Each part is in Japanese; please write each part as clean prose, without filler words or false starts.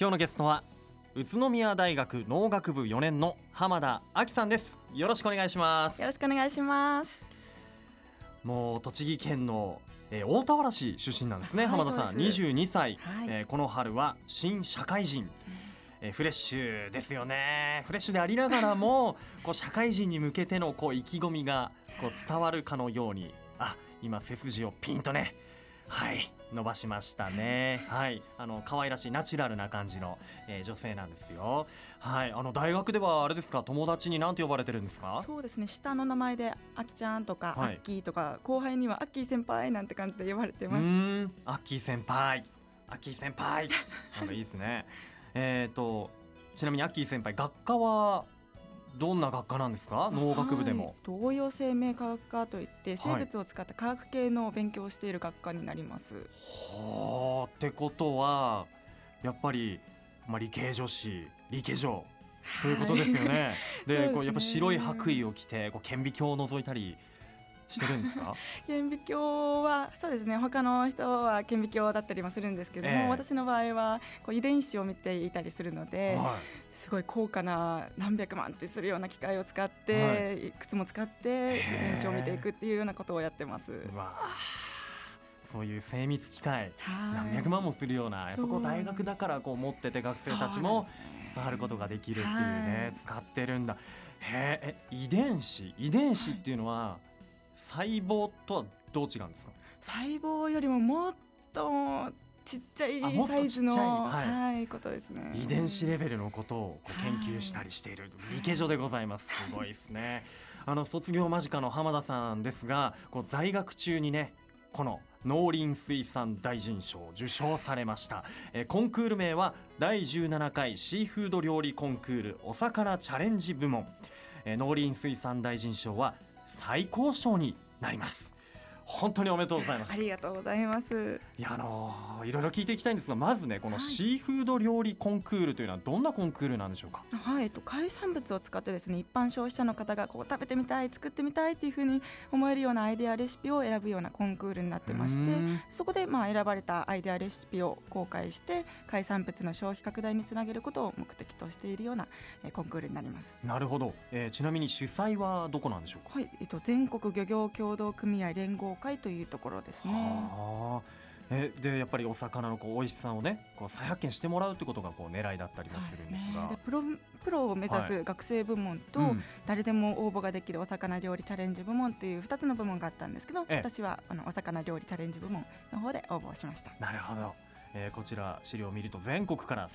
今日のゲストは宇都宮大学農学部4年の浜田亜希さんです。よろしくお願いします。 よろしくお願いします。 もう栃木県の、大田原市出身なんですね、浜田さん22歳、この春は新社会人、フレッシュですよね。フレッシュでありながらもこう社会人に向けてのこう意気込みがこう伝わるかのように、今背筋をピンとね、伸ばしましたね。可愛らしいナチュラルな感じの、女性なんですよ。大学ではあれですか、友達に何て呼ばれてるんですか？ そうですね、下の名前であきちゃんとか、アッキーとか、後輩にはアッキー先輩なんて感じで呼ばれてます。 アッキー先輩、アッキー先輩なんかいいですね。ちなみにアッキー先輩、学科はどんな学科なんですか？農学部でも。 東洋生命科学科といって生物を使った科学系の勉強をしている学科になります。 ってことはやっぱり、理系女子、理系女ということですよね。でこうやっぱ白い白衣を着てこう顕微鏡を覗いたりしてるんですか？ 顕微鏡はそうですね、他の人は顕微鏡だったりもするんですけども、私の場合はこう遺伝子を見ていたりするので、すごい高価な何百万ってするような機械を使って、いくつも使って遺伝子を見ていくっていうようなことをやってます。 そういう精密機械、何百万もするような、やっぱこう大学だからこう持ってて学生たちも触ることができるっていうね、使ってるんだ。遺伝子っていうのは、細胞とはどう違うんですか？ 細胞よりももっとちっちゃいサイズのことですね。 遺伝子レベルのことをこう研究したりしている理系女でございます。すごいですね。卒業間近の浜田さんですが、こう在学中にね、この農林水産大臣賞を受賞されました。コンクール名は第17回シーフード料理コンクールお魚チャレンジ部門。農林水産大臣賞は最高賞になります。本当におめでとうございます。 ありがとうございます。 いろいろ聞いていきたいんですが、まずね、このシーフード料理コンクールというのはどんなコンクールなんでしょうか？ 海産物を使ってですね、一般消費者の方がこう食べてみたい、作ってみたいっていうふうに思えるようなアイデアレシピを選ぶようなコンクールになってまして、そこで選ばれたアイデアレシピを公開して海産物の消費拡大につなげることを目的としているようなコンクールになります。 なるほど。ちなみに主催はどこなんでしょうか？ 全国漁業協同組合連合会というところですね。 でやっぱりお魚のこう美味しさをね、こう再発見してもらうということがこう狙いだったりもするんですが、 プロを目指す学生部門と、誰でも応募ができるお魚料理チャレンジ部門という2つの部門があったんですけど、私はお魚料理チャレンジ部門の方で応募しました。 なるほど。こちら資料を見ると全国から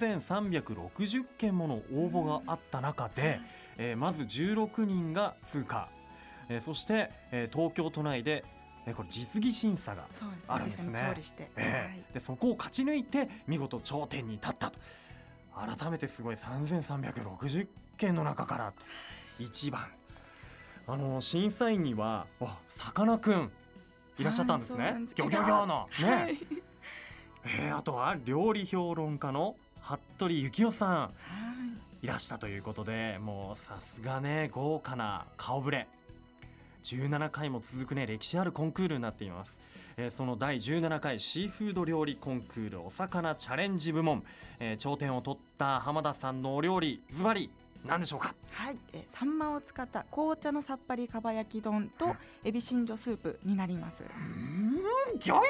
3360件もの応募があった中で、まず16人が通過、そして、東京都内でこれ実技審査があるんですね。 実際に調理して、 でそこを勝ち抜いて見事頂点に立ったと。改めてすごい、3360件の中から一番。審査員にはさかなクンいらっしゃったんですね。ギョギョギョのね。あとは料理評論家の服部幸男さんいらしたということで、もうさすがね、豪華な顔ぶれ。17回も続くね、歴史あるコンクールになっています。その第17回シーフード料理コンクールお魚チャレンジ部門、頂点を取った浜田さんのお料理、ズバリ何でしょうか？ サンマを使った紅茶のさっぱりかば焼き丼とエビしんじょスープになります。 ギョギョ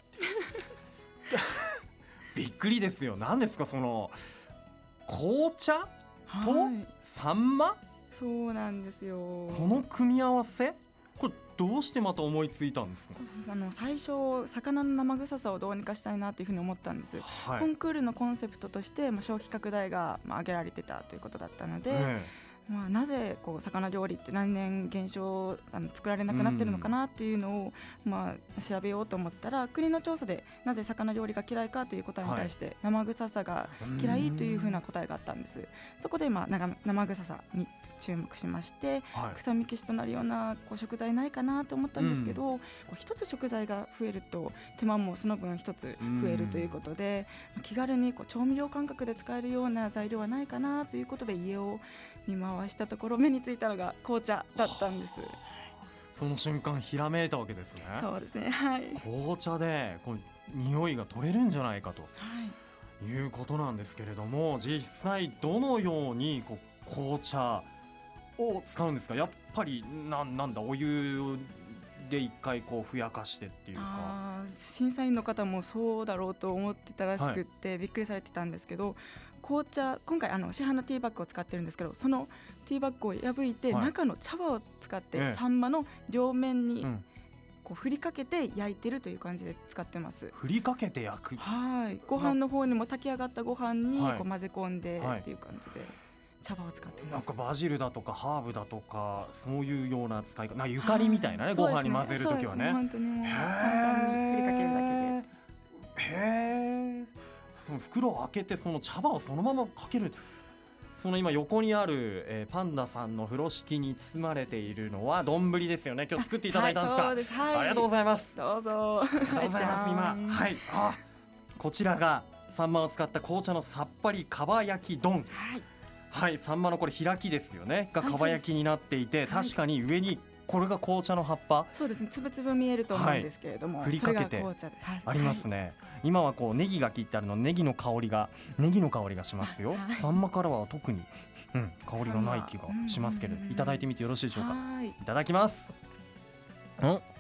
びっくりですよ。何ですかその紅茶とサンマ？ そうなんですよ。 この組み合わせ、これどうしてまた思いついたんですか？ 最初魚の生臭さをどうにかしたいなというふうに思ったんです。コンクールのコンセプトとして消費拡大が挙げられてたということだったので、なぜこう魚料理って何年減少作られなくなってるのかなっていうのを、調べようと思ったら、国の調査でなぜ魚料理が嫌いかという答えに対して、生臭さが嫌いというふうな答えがあったんです。そこで生臭さに注目しまして、臭み消しとなるような食材ないかなと思ったんですけど、一つ食材が増えると手間もその分一つ増えるということで、気軽に調味料感覚で使えるような材料はないかなということで家を見回したところ、目についたのが紅茶だったんです。 その瞬間ひらめいたわけですね。 そうですね、 紅茶でこう匂いが取れるんじゃないかと、 いうことなんですけれども、実際どのように紅茶を使うんですか？やっぱりなんだお湯で一回ふやかしてっていうか。 審査員の方もそうだろうと思ってたらしくって、びっくりされてたんですけど、紅茶今回市販のティーバッグを使ってるんですけど、そのティーバッグを破いて、中の茶葉を使ってサンマの両面に振りかけて焼いてるという感じで使ってます。 振りかけて焼く。 はい、ご飯の方にも炊き上がったご飯に混ぜ込んでっていう感じで茶葉を使っています。 なんかバジルだとかハーブだとかそういうような使い方、ゆかりみたいなね、ご飯に混ぜるときはね。 本当にもう簡単に振りかけるだけで。 へえ。袋を開けてその茶葉をそのままかける。その今横にある、パンダさんの風呂敷に包まれているのは丼ですよね。今日作っていただいたんですか？ そうです、はい、 ありがとうございます。 どうぞ。 ありがとうございます。今こちらがサンマを使った紅茶のさっぱりかば焼き丼。はい、サンマのこれ開きですよねがかば焼きになっていて、確かに上にこれが紅茶の葉っぱ。 そうですね、つぶつぶ見えると思うんですけれども、 振りかけてありますね。今はネギが切ってあるの、ネギの香りがしますよ。サンマからは特に、香りがない気がしますけれど、いただいてみてよろしいでしょうか？いただきます。どうか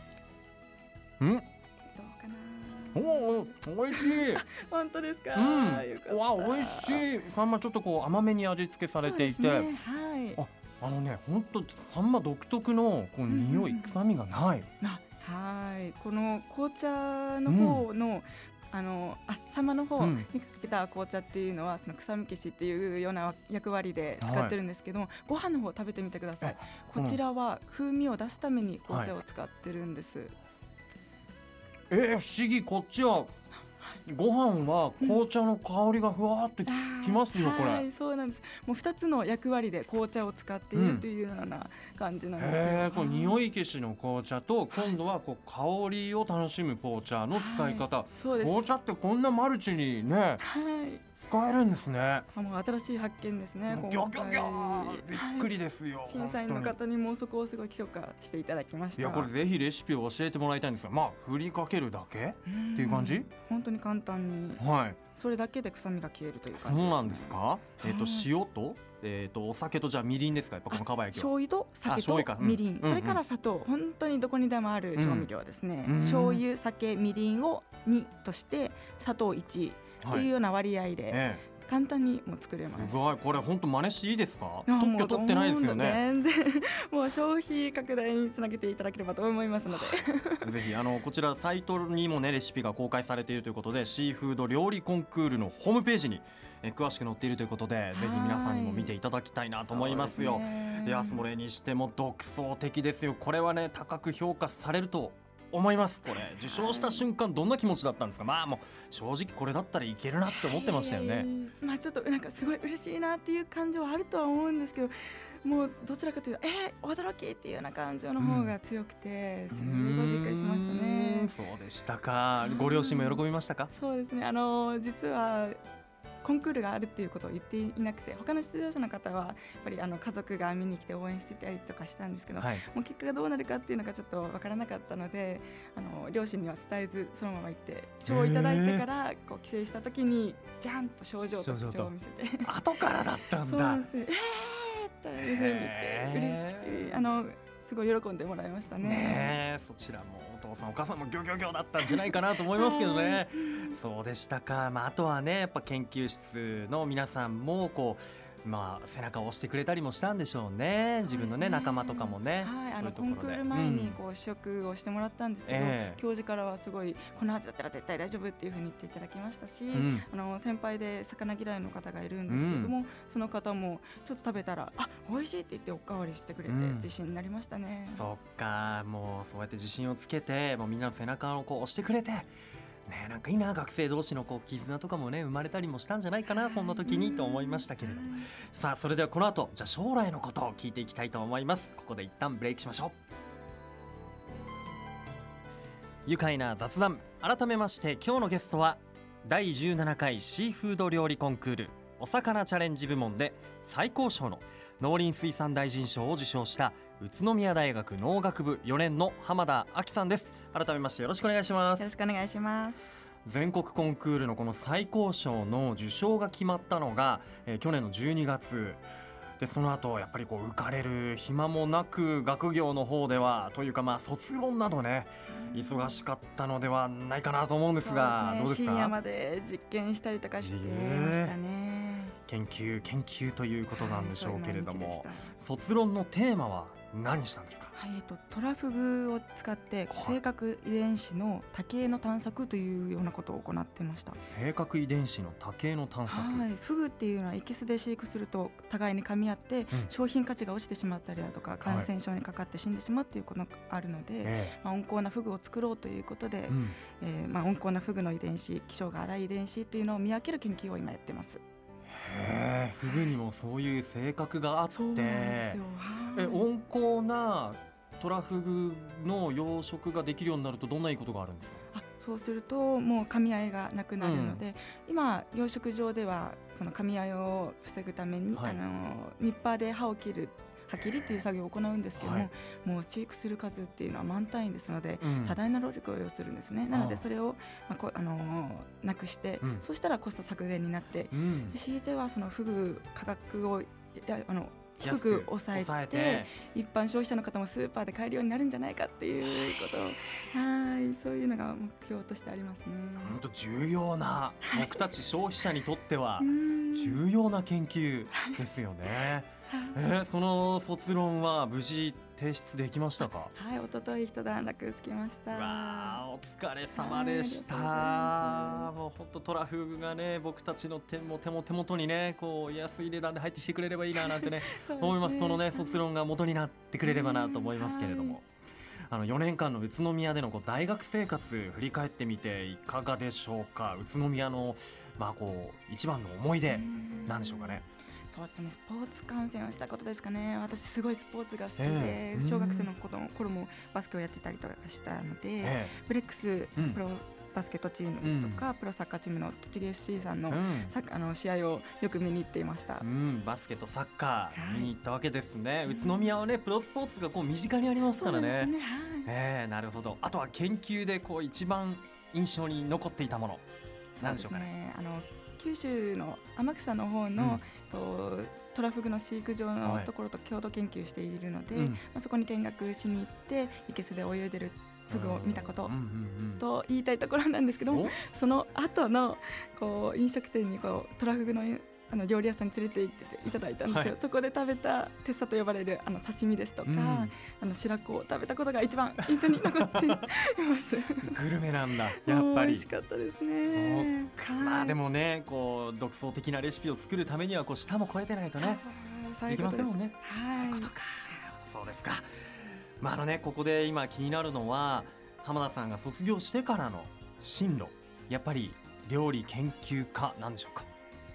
な。おいしい。 本当ですか？ おいしい。サンマちょっと甘めに味付けされていて、本当サンマ独特の匂い、臭みがない。 この紅茶の方の、サンマの方にかけた紅茶っていうのはその臭み消しっていうような役割で使ってるんですけども、ご飯の方食べてみてください。こちらは風味を出すために紅茶を使ってるんです。 不思議。こっちはご飯は紅茶の香りがふわっときますよ。これそうなんです。もう2つの役割で紅茶を使っているというような感じなんですよ。 匂い消しの紅茶と今度は香りを楽しむ紅茶の使い方。紅茶ってこんなマルチにね、使えるんですね。 もう新しい発見ですね。 びっくりですよ。 審査員の方にもそこをすごい評価していただきました。 これぜひレシピを教えてもらいたいんですが、振りかけるだけっていう感じ。 本当に簡単に、それだけで臭みが消えるという感じですね。 そうなんですか？塩とお酒とじゃあみりんですか？やっぱこのかば焼きは醤油と酒とみりん、それから砂糖、本当にどこにでもある調味料ですね。醤油、酒、みりんを2として砂糖1っていうような割合で簡単にも作れます。 すごい。これ本当真似していいですか？特許取ってないですよね。 全然もう消費拡大につなげていただければと思いますのでぜひこちらサイトにもねレシピが公開されているということで、シーフード料理コンクールのホームページに詳しく載っているということで、ぜひ皆さんにも見ていただきたいなと思いますよ。それにしても独創的ですよ。これはね高く評価されると思います。これ受賞した瞬間どんな気持ちだったんですか？もう正直これだったらいけるなって思ってましたよね。 ちょっとなんかすごい嬉しいなっていう感情はあるとは思うんですけど、もうどちらかというと驚きっていうような感情の方が強くて、すごいびっくりしましたね。 そうでしたか。ご両親も喜びましたか？ そうですね、実はコンクールがあるっていうことを言っていなくて、他の出場者の方はやっぱり家族が見に来て応援してたりとかしたんですけど、もう結果がどうなるかっていうのがちょっと分からなかったので、両親には伝えずそのまま行って賞をいただいてから帰省した時にジャンと賞状と口調を見せて後からだったんだ。 そうなんですよ。というふうに言って嬉しい、すごい喜んでもらいましたね。 そちらもお父さんお母さんもギョギョギョだったんじゃないかなと思いますけどねそうでしたか。あとはねやっぱ研究室の皆さんも背中を押してくれたりもしたんでしょうね。自分のね仲間とかもね。 コンクール前に試食をしてもらったんですけど、教授からはすごいこの味だったら絶対大丈夫っていうふうに言っていただきましたし、先輩で魚嫌いの方がいるんですけども、その方もちょっと食べたら美味しいって言っておかわりしてくれて自信になりましたね。 そっか。もうそうやって自信をつけてみんなの背中を押してくれてなんかいいな、学生同士の絆とかもね生まれたりもしたんじゃないかな、そんな時にと思いましたけれども。さあそれではこの後じゃあ将来のことを聞いていきたいと思います。ここで一旦ブレイクしましょう。愉快な雑談。改めまして今日のゲストは第17回シーフード料理コンクールお魚チャレンジ部門で最高賞の農林水産大臣賞を受賞した宇都宮大学農学部4年の浜田亜希さんです。改めましてよろしくお願いします。 よろしくお願いします。 全国コンクールのこの最高賞の受賞が決まったのが、去年の12月で、その後やっぱりこう浮かれる暇もなく学業の方ではというか、卒論などね忙しかったのではないかなと思うんですが、どうですか？ 深夜まで実験したりとかしてましたね。 研究ということなんでしょうけれども、卒論のテーマは何したんですか？ トラフグを使って性格遺伝子の多形の探索というようなことを行ってました。 性格遺伝子の多形の探索、 フグっていうのはエキスで飼育すると互いに噛み合って商品価値が落ちてしまったりだとか、感染症にかかって死んでしまうということがあるので、温厚なフグを作ろうということで、温厚なフグの遺伝子、気性が荒い遺伝子というのを見分ける研究を今やってます。 フグにもそういう性格があって、 そうなんですよ。 温厚なトラフグの養殖ができるようになるとどんないいことがあるんですか？ そうするともう噛み合いがなくなるので、今養殖場ではその噛み合いを防ぐために、ニッパーで歯を切る歯切りっていう作業を行うんですけども、もう飼育する数っていうのは万単位ですので、多大な労力を要するんですね。なのでそれを、なくして、そうしたらコスト削減になって、強いてはそのフグ価格を低く抑えて一般消費者の方もスーパーで買えるようになるんじゃないかっていうことを、そういうのが目標としてありますね。 本当重要な、僕たち消費者にとっては重要な研究ですよね。その卒論は無事提出できましたか？ 一昨日一段落つきました。 お疲れ様でした。もう本当トラフグがね、僕たちの手元にね、こう安い値段で入ってきてくれればいいななんてね思います。そのね卒論が元になってくれればなと思いますけれども、4年間の宇都宮での大学生活振り返ってみていかがでしょうか？宇都宮の一番の思い出なんでしょうかね？ そうですね、スポーツ観戦をしたことですかね。私すごいスポーツが好きで、小学生の頃もバスケをやってたりとかしたので、ブレックスプロバスケットチームですとか、プロサッカーチームの栃木 SC さんの、試合をよく見に行っていました。 バスケとサッカー見に行ったわけですね。宇都宮はねプロスポーツが身近にありますからね。なるほど。あとは研究で一番印象に残っていたものなんでしょうかね？ 九州の天草の方の、トラフグの飼育場のところと共同研究しているので、そこに見学しに行って生けすで泳いでるフグを見たことと言いたいところなんですけども、その後の飲食店にトラフグの料理屋さんに連れて行っていただいたんですよ。そこで食べたテッサと呼ばれる刺身ですとか、白子を食べたことが一番印象に残っていますグルメなんだ、やっぱり。 美味しかったですね。 でもね独創的なレシピを作るためには舌も超えてないとねいけませんもんね。そういうことか。そうですか。ここで今気になるのは浜田さんが卒業してからの進路、やっぱり料理研究家なんでしょうか？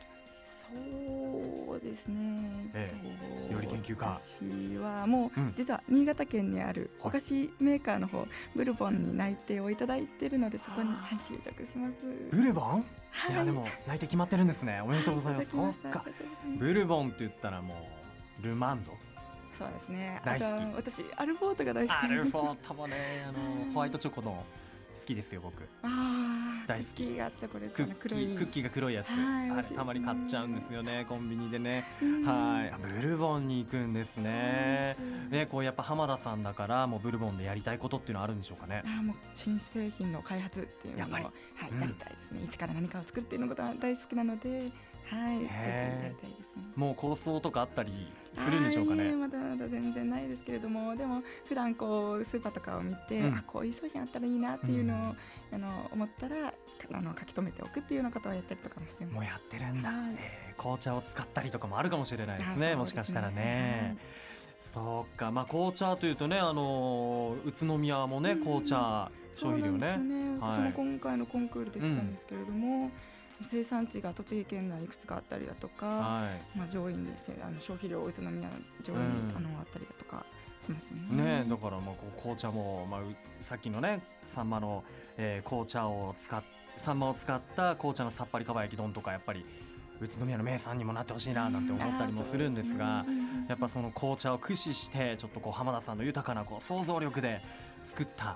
そうですね、 料理研究家。 私はもう、実は新潟県にあるお菓子メーカーの方、ブルボンに内定をいただいているので、そこに就職します。 ブルボン？いやでも内定決まってるんですね。おめでとうございます。そうか。ブルボンって言ったらもうルマンド。 そうですね。 大好き。 私アルフォートが大好き。 アルフォートもねホワイトチョコの好きですよ僕。大好き。 クッキーがチョコレートの黒いクッキーが黒いやつ、あれたまに買っちゃうんですよね、コンビニでね。ブルボンに行くんですね。やっぱ浜田さんだからもうブルボンでやりたいことっていうのはあるんでしょうかね？ もう新製品の開発っていうのをやりたいですね。一から何かを作るっていうのことが大好きなので、ぜひやりたいですね。 もう構想とかあったりするんでしょうかね？ まだまだ全然ないですけれども、でも普段スーパーとかを見て、こういう商品あったらいいなっていうのを、思ったら書き留めておくっていうようなことをやったりとかもしてます。 もうやってるんだ。紅茶を使ったりとかもあるかもしれないですね、もしかしたらね。そうか。紅茶というとね宇都宮もね紅茶消費量ね。 私も今回のコンクールで知ったんですけれども、生産地が栃木県内いくつかあったりだとか、上位に消費量宇都宮上位にあったりだとかしますね。 だから紅茶もさっきのねサンマの紅茶を使った紅茶のさっぱりかば焼き丼とか、やっぱり宇都宮の名産にもなってほしいななんて思ったりもするんですが、やっぱその紅茶を駆使してちょっと浜田さんの豊かな想像力で作った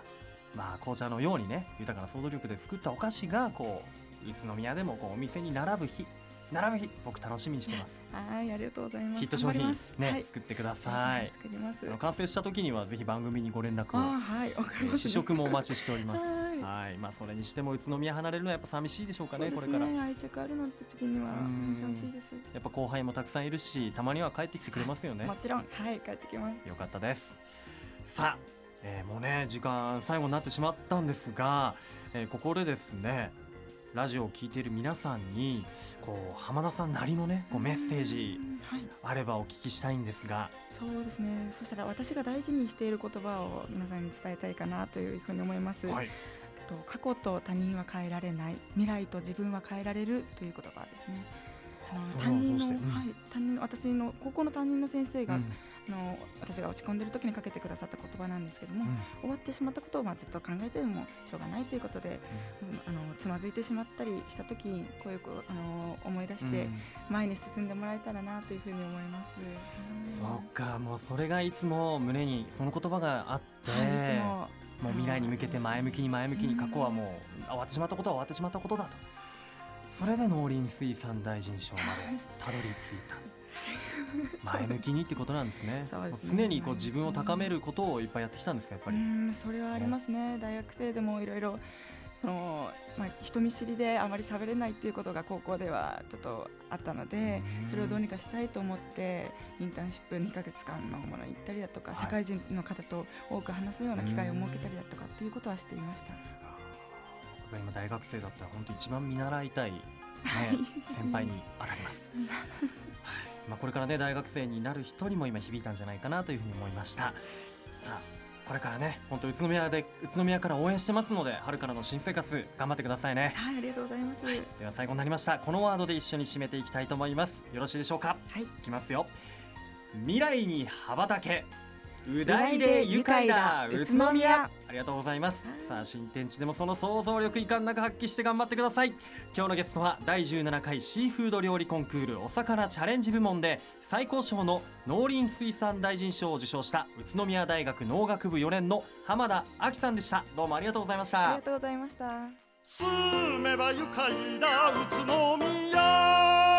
紅茶のようにね豊かな想像力で作ったお菓子がこう宇都宮でもこうお店に並ぶ日僕楽しみにしてます。 はい、ありがとうございます。 ヒット商品ね、 はい、 作ってください。 作ります。 完成した時にはぜひ番組にご連絡を。 はい、わかりました。 試食もお待ちしております。 はい、 それにしても宇都宮離れるのはやっぱ寂しいでしょうかね。 そうですね、 これから愛着あるのって時には寂しいです。 やっぱ後輩もたくさんいるし、たまには帰ってきてくれますよね。 もちろん、はい、帰ってきます。 よかったです。さあ、もうね時間最後になってしまったんですが、ここでですねラジオを聞いている皆さんにこう浜田さんなりのねこうメッセージあればお聞きしたいんですが。 そうですね、そしたら私が大事にしている言葉を皆さんに伝えたいかなというふうに思います。過去と他人は変えられない、未来と自分は変えられるという言葉ですね。私の高校の担任の先生が、私が落ち込んでいる時にかけてくださった言葉なんですけども、終わってしまったことをずっと考えてもしょうがないということで、つまずいてしまったりした時にこういう思い出して前に進んでもらえたらなというふうに思います。 そうか、もうそれがいつも胸にその言葉があって、もう未来に向けて前向きに過去はもう終わってしまったことは終わってしまったことだと、それで農林水産大臣賞までたどり着いた前向きにってことなんですね。常にこう自分を高めることをいっぱいやってきたんですか、やっぱり。 それはありますね。大学生でもいろいろ人見知りであまり喋れないっていうことが高校ではちょっとあったので、それをどうにかしたいと思ってインターンシップ2ヶ月間のものに行ったりだとか、社会人の方と多く話すような機会を設けたりだとかっていうことはしていました。 僕が今大学生だったら本当一番見習いたい、先輩に当たりますこれからね大学生になる人にも今響いたんじゃないかなというふうに思いました。さあこれからね本当宇都宮から応援してますので、春からの新生活頑張ってくださいね。 はい、ありがとうございます。 では最後になりました、このワードで一緒に締めていきたいと思います。よろしいでしょうか。 はい、いきますよ。未来に羽ばたけ、うだいで愉快だ宇都宮。ありがとうございます。さあ新天地でもその想像力いかんなく発揮して頑張ってください。今日のゲストは第17回シーフード料理コンクールお魚チャレンジ部門で最高賞の農林水産大臣賞を受賞した宇都宮大学農学部4年の浜田亜希さんでした。どうもありがとうございました。 ありがとうございました。 住めば愉快だ宇都宮。